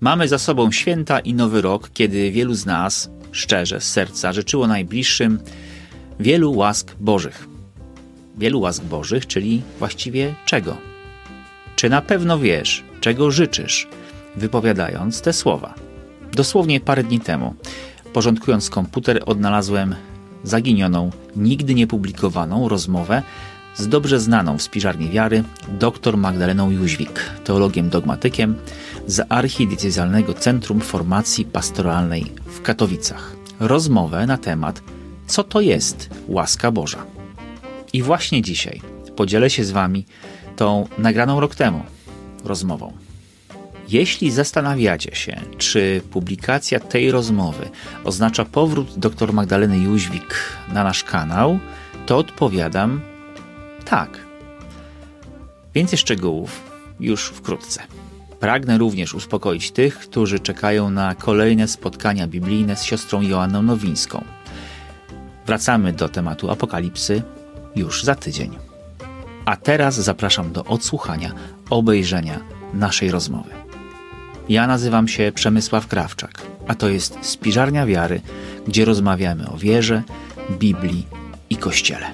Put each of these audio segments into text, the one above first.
Mamy za sobą święta i nowy rok, kiedy wielu z nas, szczerze, z serca, życzyło najbliższym wielu łask Bożych. Wielu łask Bożych, czyli właściwie czego? Czy na pewno wiesz, czego życzysz, wypowiadając te słowa? Dosłownie parę dni temu, porządkując komputer, odnalazłem zaginioną, nigdy nie publikowaną rozmowę z dobrze znaną w Spiżarni Wiary dr Magdaleną Jóźwik, teologiem dogmatykiem z Archidiecezjalnego Centrum Formacji Pastoralnej w Katowicach. Rozmowę na temat, co to jest łaska Boża. I właśnie dzisiaj podzielę się z wami tą nagraną rok temu rozmową. Jeśli zastanawiacie się, czy publikacja tej rozmowy oznacza powrót dr Magdaleny Jóźwik na nasz kanał, to odpowiadam tak. Więcej szczegółów już wkrótce. Pragnę również uspokoić tych, którzy czekają na kolejne spotkania biblijne z siostrą Joanną Nowińską. Wracamy do tematu Apokalipsy już za tydzień. A teraz zapraszam do odsłuchania, obejrzenia naszej rozmowy. Ja nazywam się Przemysław Krawczak, a to jest Spiżarnia Wiary, gdzie rozmawiamy o wierze, Biblii i Kościele.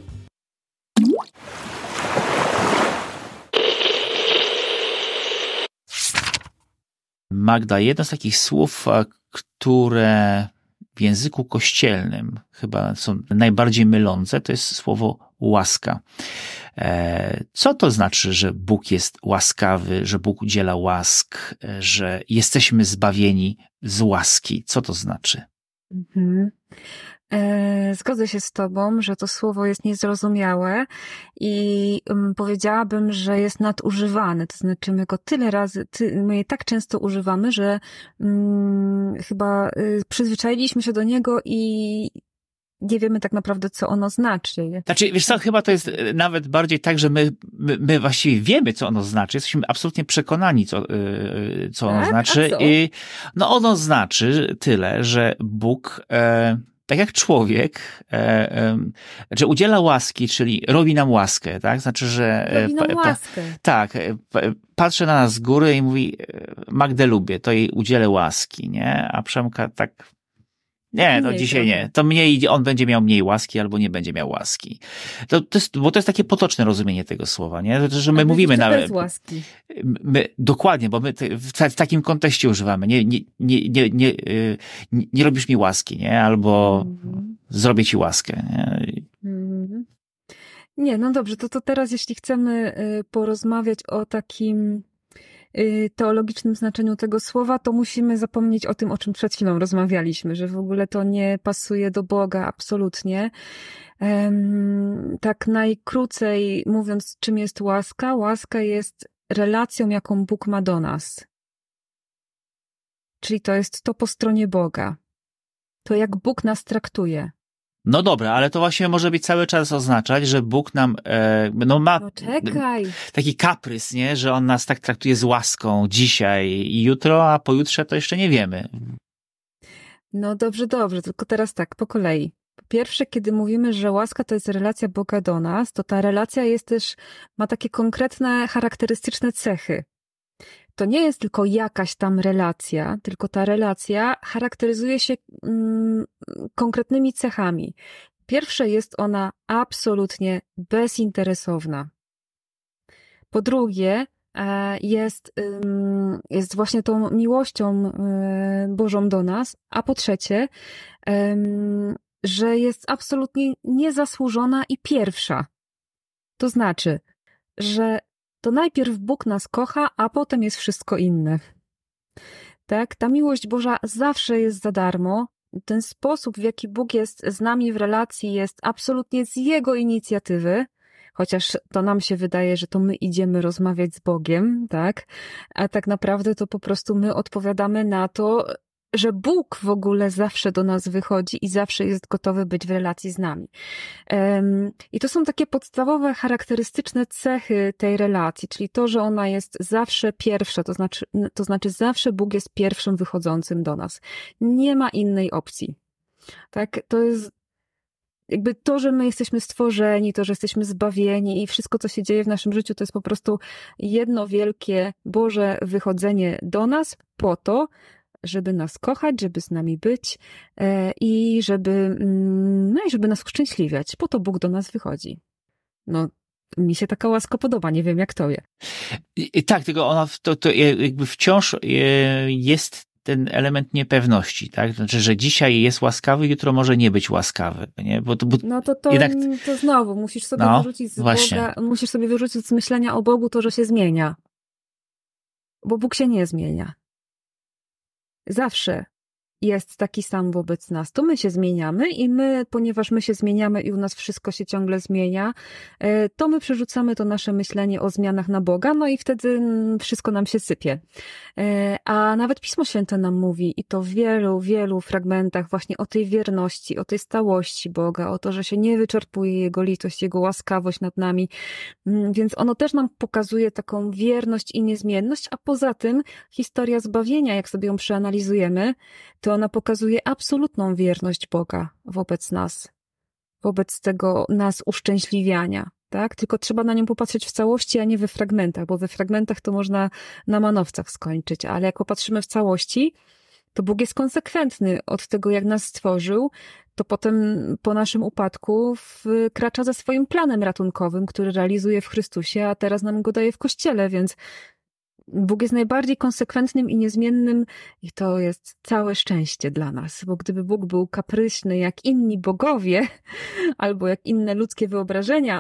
Magda, jedno z takich słów, które w języku kościelnym chyba są najbardziej mylące, to jest słowo łaska. Co to znaczy, że Bóg jest łaskawy, że Bóg udziela łask, że jesteśmy zbawieni z łaski? Co to znaczy? Zgodzę się z tobą, że to słowo jest niezrozumiałe i powiedziałabym, że jest nadużywane. To znaczy my go tyle razy, my je tak często używamy, że chyba przyzwyczailiśmy się do niego i nie wiemy tak naprawdę, co ono znaczy. Znaczy, wiesz co, chyba to jest nawet bardziej tak, że my właściwie wiemy, co ono znaczy. Jesteśmy absolutnie przekonani, co ono znaczy. A co? I ono znaczy tyle, że Bóg... tak jak człowiek, że udziela łaski, czyli robi nam łaskę, tak? Znaczy, że... Robi nam łaskę. Tak, patrzy na nas z góry i mówi, Magdę lubię, to jej udzielę łaski, nie? A Przemka tak, nie, to dzisiaj nie. To on będzie miał mniej łaski albo nie będzie miał łaski. Bo to jest takie potoczne rozumienie tego słowa, nie? Że my mówimy nawet... bez łaski. Dokładnie, bo my w takim kontekście używamy. Nie robisz mi łaski, nie? Albo zrobię ci łaskę, nie? Nie, no dobrze, to teraz jeśli chcemy porozmawiać o takim teologicznym znaczeniu tego słowa, to musimy zapomnieć o tym, o czym przed chwilą rozmawialiśmy, że w ogóle to nie pasuje do Boga absolutnie. Tak najkrócej mówiąc, czym jest łaska? Łaska jest relacją, jaką Bóg ma do nas. Czyli to jest to po stronie Boga. To jak Bóg nas traktuje. No dobra, ale to właśnie może być cały czas oznaczać, że Bóg nam ma czekaj. Taki kaprys, nie? Że On nas tak traktuje z łaską dzisiaj i jutro, a pojutrze to jeszcze nie wiemy. No dobrze, tylko teraz tak, po kolei. Po pierwsze, kiedy mówimy, że łaska to jest relacja Boga do nas, to ta relacja ma takie konkretne, charakterystyczne cechy. To nie jest tylko jakaś tam relacja, tylko ta relacja charakteryzuje się konkretnymi cechami. Pierwsze, jest ona absolutnie bezinteresowna. Po drugie, jest właśnie tą miłością Bożą do nas, a po trzecie, że jest absolutnie niezasłużona i pierwsza. To znaczy, że to najpierw Bóg nas kocha, a potem jest wszystko inne. Tak? Ta miłość Boża zawsze jest za darmo. Ten sposób, w jaki Bóg jest z nami w relacji, jest absolutnie z Jego inicjatywy, chociaż to nam się wydaje, że to my idziemy rozmawiać z Bogiem, tak? A tak naprawdę to po prostu my odpowiadamy na to, że Bóg w ogóle zawsze do nas wychodzi i zawsze jest gotowy być w relacji z nami. I to są takie podstawowe, charakterystyczne cechy tej relacji, czyli to, że ona jest zawsze pierwsza, to znaczy zawsze Bóg jest pierwszym wychodzącym do nas. Nie ma innej opcji. Tak? jakby to, że my jesteśmy stworzeni, to, że jesteśmy zbawieni i wszystko, co się dzieje w naszym życiu, to jest po prostu jedno wielkie Boże wychodzenie do nas po to, żeby nas kochać, żeby z nami być i żeby nas uszczęśliwiać. Po to Bóg do nas wychodzi. No, mi się taka łaska podoba, nie wiem jak tobie. Tak, tylko ona to jakby wciąż jest ten element niepewności, tak? Znaczy, że dzisiaj jest łaskawy, jutro może nie być łaskawy, nie? No to jednak... to znowu musisz sobie wyrzucić z Boga, musisz sobie wyrzucić z myślenia o Bogu to, że się zmienia. Bo Bóg się nie zmienia. Zawsze jest taki sam wobec nas. To my się zmieniamy i my, ponieważ my się zmieniamy i u nas wszystko się ciągle zmienia, to my przerzucamy to nasze myślenie o zmianach na Boga, no i wtedy wszystko nam się sypie. A nawet Pismo Święte nam mówi i to w wielu, wielu fragmentach właśnie o tej wierności, o tej stałości Boga, o to, że się nie wyczerpuje Jego litość, Jego łaskawość nad nami. Więc ono też nam pokazuje taką wierność i niezmienność, a poza tym historia zbawienia, jak sobie ją przeanalizujemy, to ona pokazuje absolutną wierność Boga wobec nas, wobec tego nas uszczęśliwiania, tak? Tylko trzeba na nią popatrzeć w całości, a nie we fragmentach, bo we fragmentach to można na manowcach skończyć, ale jak popatrzymy w całości, to Bóg jest konsekwentny od tego, jak nas stworzył, to potem po naszym upadku wkracza ze swoim planem ratunkowym, który realizuje w Chrystusie, a teraz nam go daje w Kościele, więc Bóg jest najbardziej konsekwentnym i niezmiennym i to jest całe szczęście dla nas, bo gdyby Bóg był kapryśny jak inni bogowie albo jak inne ludzkie wyobrażenia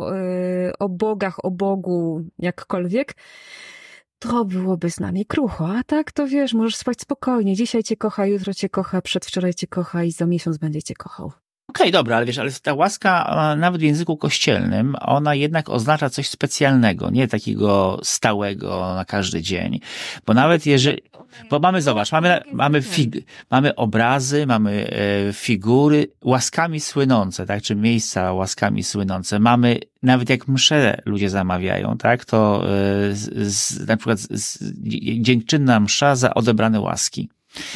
o bogach, o Bogu, jakkolwiek, to byłoby z nami krucho, a tak to wiesz, możesz spać spokojnie, dzisiaj cię kocha, jutro cię kocha, przedwczoraj cię kocha i za miesiąc będzie cię kochał. Okej, dobra, ale wiesz, ale ta łaska nawet w języku kościelnym, ona jednak oznacza coś specjalnego, nie takiego stałego na każdy dzień. Bo nawet jeżeli, bo mamy, zobacz, mamy obrazy, mamy figury łaskami słynące, tak, czy miejsca łaskami słynące. Mamy, nawet jak msze ludzie zamawiają, tak, to na przykład dziękczynna msza za odebrane łaski.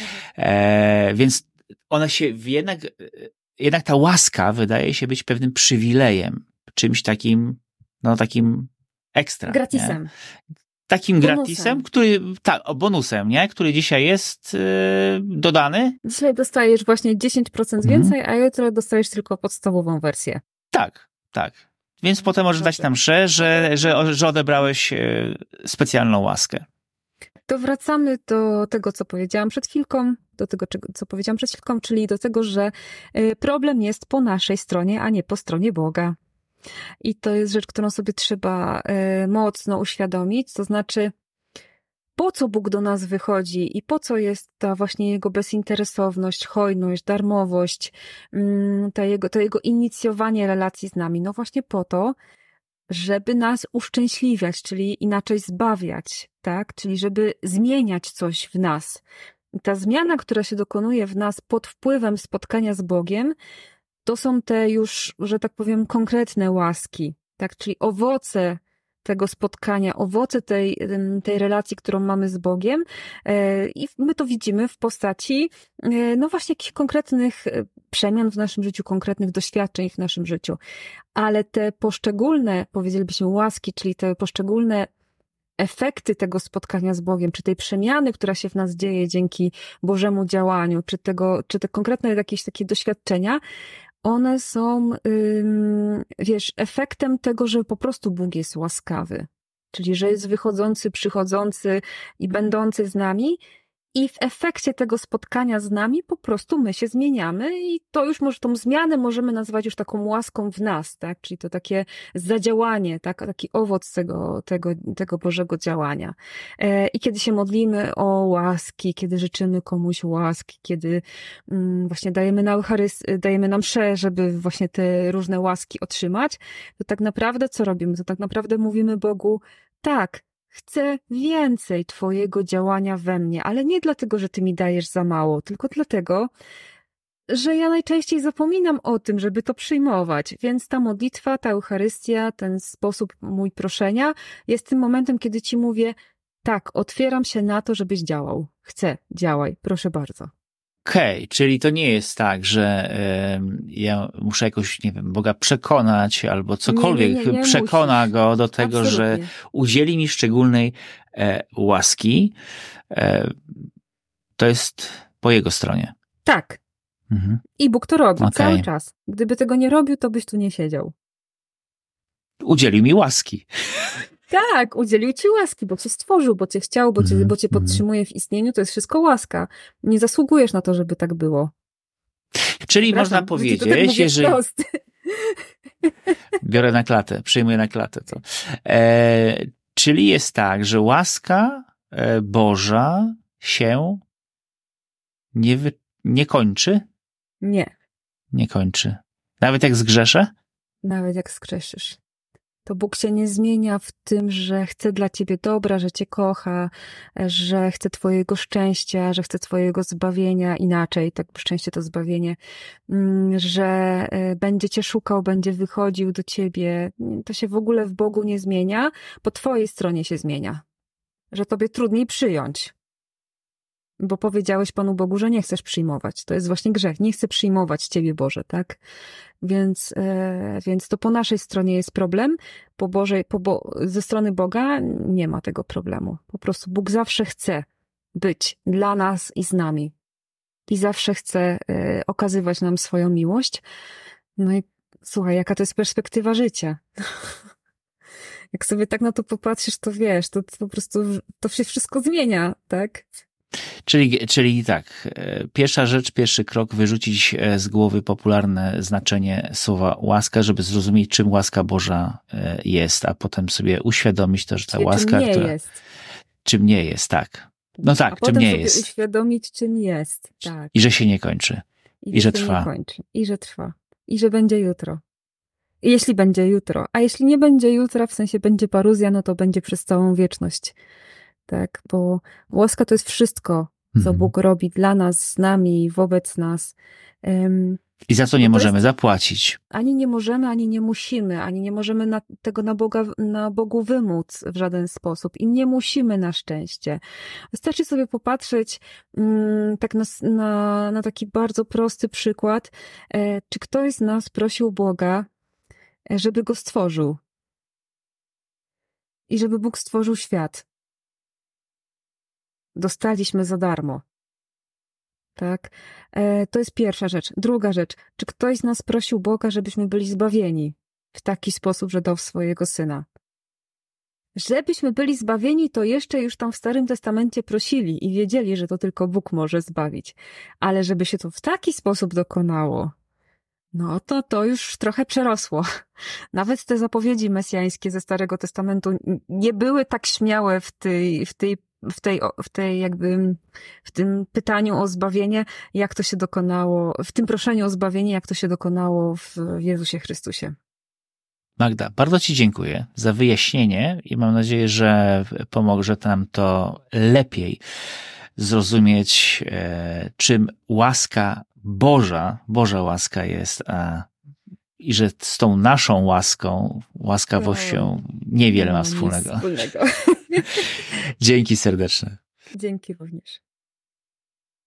Więc ona się jednak ta łaska wydaje się być pewnym przywilejem, czymś takim, no takim ekstra. Gratisem. Nie? Takim bonusem. Gratisem, bonusem, nie? Który dzisiaj jest dodany. Dzisiaj dostajesz właśnie 10% więcej, a jutro dostajesz tylko podstawową wersję. Tak. Więc potem możesz dać nam mszę, że odebrałeś specjalną łaskę. To wracamy do tego, co powiedziałam przed chwilką, czyli do tego, że problem jest po naszej stronie, a nie po stronie Boga. I to jest rzecz, którą sobie trzeba mocno uświadomić, to znaczy, po co Bóg do nas wychodzi i po co jest ta właśnie Jego bezinteresowność, hojność, darmowość, to Jego inicjowanie relacji z nami. No właśnie po to, żeby nas uszczęśliwiać, czyli inaczej zbawiać, tak? Czyli żeby zmieniać coś w nas. I ta zmiana, która się dokonuje w nas pod wpływem spotkania z Bogiem, to są te już, że tak powiem, konkretne łaski, tak? Czyli owoce tego spotkania, owoce tej relacji, którą mamy z Bogiem i my to widzimy w postaci no właśnie jakichś konkretnych przemian w naszym życiu, konkretnych doświadczeń w naszym życiu. Ale te poszczególne, powiedzielibyśmy, łaski, czyli te poszczególne efekty tego spotkania z Bogiem, czy tej przemiany, która się w nas dzieje dzięki Bożemu działaniu, czy te konkretne jakieś takie doświadczenia, one są, wiesz, efektem tego, że po prostu Bóg jest łaskawy. Czyli, że jest wychodzący, przychodzący i będący z nami. I w efekcie tego spotkania z nami po prostu my się zmieniamy i to już tą zmianę możemy nazwać już taką łaską w nas, tak? Czyli to takie zadziałanie, tak? Taki owoc tego Bożego działania. I kiedy się modlimy o łaski, kiedy życzymy komuś łaski, kiedy właśnie dajemy nam mszę, żeby właśnie te różne łaski otrzymać, to tak naprawdę co robimy? To tak naprawdę mówimy Bogu, tak, chcę więcej Twojego działania we mnie, ale nie dlatego, że Ty mi dajesz za mało, tylko dlatego, że ja najczęściej zapominam o tym, żeby to przyjmować. Więc ta modlitwa, ta Eucharystia, ten sposób mój proszenia jest tym momentem, kiedy Ci mówię, tak, otwieram się na to, żebyś działał. Chcę, działaj, proszę bardzo. Okej, czyli to nie jest tak, że ja muszę jakoś, nie wiem, Boga przekonać albo cokolwiek Nie przekona musisz. go do tego, Absolutnie. że udzieli mi szczególnej łaski. To jest po jego stronie. Tak. Mhm. I Bóg to robi Okej. cały czas. Gdyby tego nie robił, to byś tu nie siedział. Udzielił mi łaski. Tak, udzielił ci łaski, bo cię stworzył, bo cię chciał, bo cię podtrzymuje w istnieniu. To jest wszystko łaska. Nie zasługujesz na to, żeby tak było. Czyli można To tak powiedzieć, mówię jeżeli... wprost. Biorę na klatę, przyjmuję na klatę to. Czyli jest tak, że łaska Boża się nie kończy? Nie. Nie kończy. Nawet jak zgrzeszę? Nawet jak skrzeszysz. To Bóg się nie zmienia w tym, że chce dla ciebie dobra, że cię kocha, że chce twojego szczęścia, że chce twojego zbawienia inaczej, tak szczęście to zbawienie, że będzie cię szukał, będzie wychodził do ciebie. To się w ogóle w Bogu nie zmienia, po twojej stronie się zmienia. Że tobie trudniej przyjąć. Bo powiedziałeś Panu Bogu, że nie chcesz przyjmować. To jest właśnie grzech. Nie chcę przyjmować Ciebie, Boże, tak? Więc to po naszej stronie jest problem. Ze strony Boga nie ma tego problemu. Po prostu Bóg zawsze chce być dla nas i z nami. I zawsze chce okazywać nam swoją miłość. No i słuchaj, jaka to jest perspektywa życia. Jak sobie tak na to popatrzysz, to wiesz, to po prostu to się wszystko zmienia, tak? Czyli tak, pierwsza rzecz, pierwszy krok, wyrzucić z głowy popularne znaczenie słowa łaska, żeby zrozumieć, czym łaska Boża jest, a potem sobie uświadomić to, że ta łaska, czym nie jest. Czym nie jest, tak. No tak, czym nie jest. Uświadomić, czym jest, tak. I że się nie kończy. I że trwa. Nie kończy. I że trwa. I że będzie jutro. I jeśli będzie jutro. A jeśli nie będzie jutra, w sensie będzie paruzja, no to będzie przez całą wieczność. Tak, bo łaska to jest wszystko, co Bóg robi dla nas, z nami, wobec nas. I za co nie możemy zapłacić. Ani nie możemy, ani nie musimy, ani nie możemy tego na Bogu wymóc w żaden sposób. I nie musimy na szczęście. Wystarczy sobie popatrzeć tak na taki bardzo prosty przykład. Czy ktoś z nas prosił Boga, żeby go stworzył? I żeby Bóg stworzył świat. Dostaliśmy za darmo. Tak? To jest pierwsza rzecz. Druga rzecz. Czy ktoś z nas prosił Boga, żebyśmy byli zbawieni w taki sposób, że dał swojego Syna? Żebyśmy byli zbawieni, to jeszcze już tam w Starym Testamencie prosili i wiedzieli, że to tylko Bóg może zbawić. Ale żeby się to w taki sposób dokonało, no to już trochę przerosło. Nawet te zapowiedzi mesjańskie ze Starego Testamentu nie były tak śmiałe w tym pytaniu o zbawienie, jak to się dokonało, w tym proszeniu o zbawienie, jak to się dokonało w Jezusie Chrystusie. Magda, bardzo Ci dziękuję za wyjaśnienie i mam nadzieję, że pomoże nam to lepiej zrozumieć, czym łaska Boża łaska jest, i że z tą naszą łaskawością niewiele ma wspólnego. Nic wspólnego. Dzięki serdeczne. Dzięki również.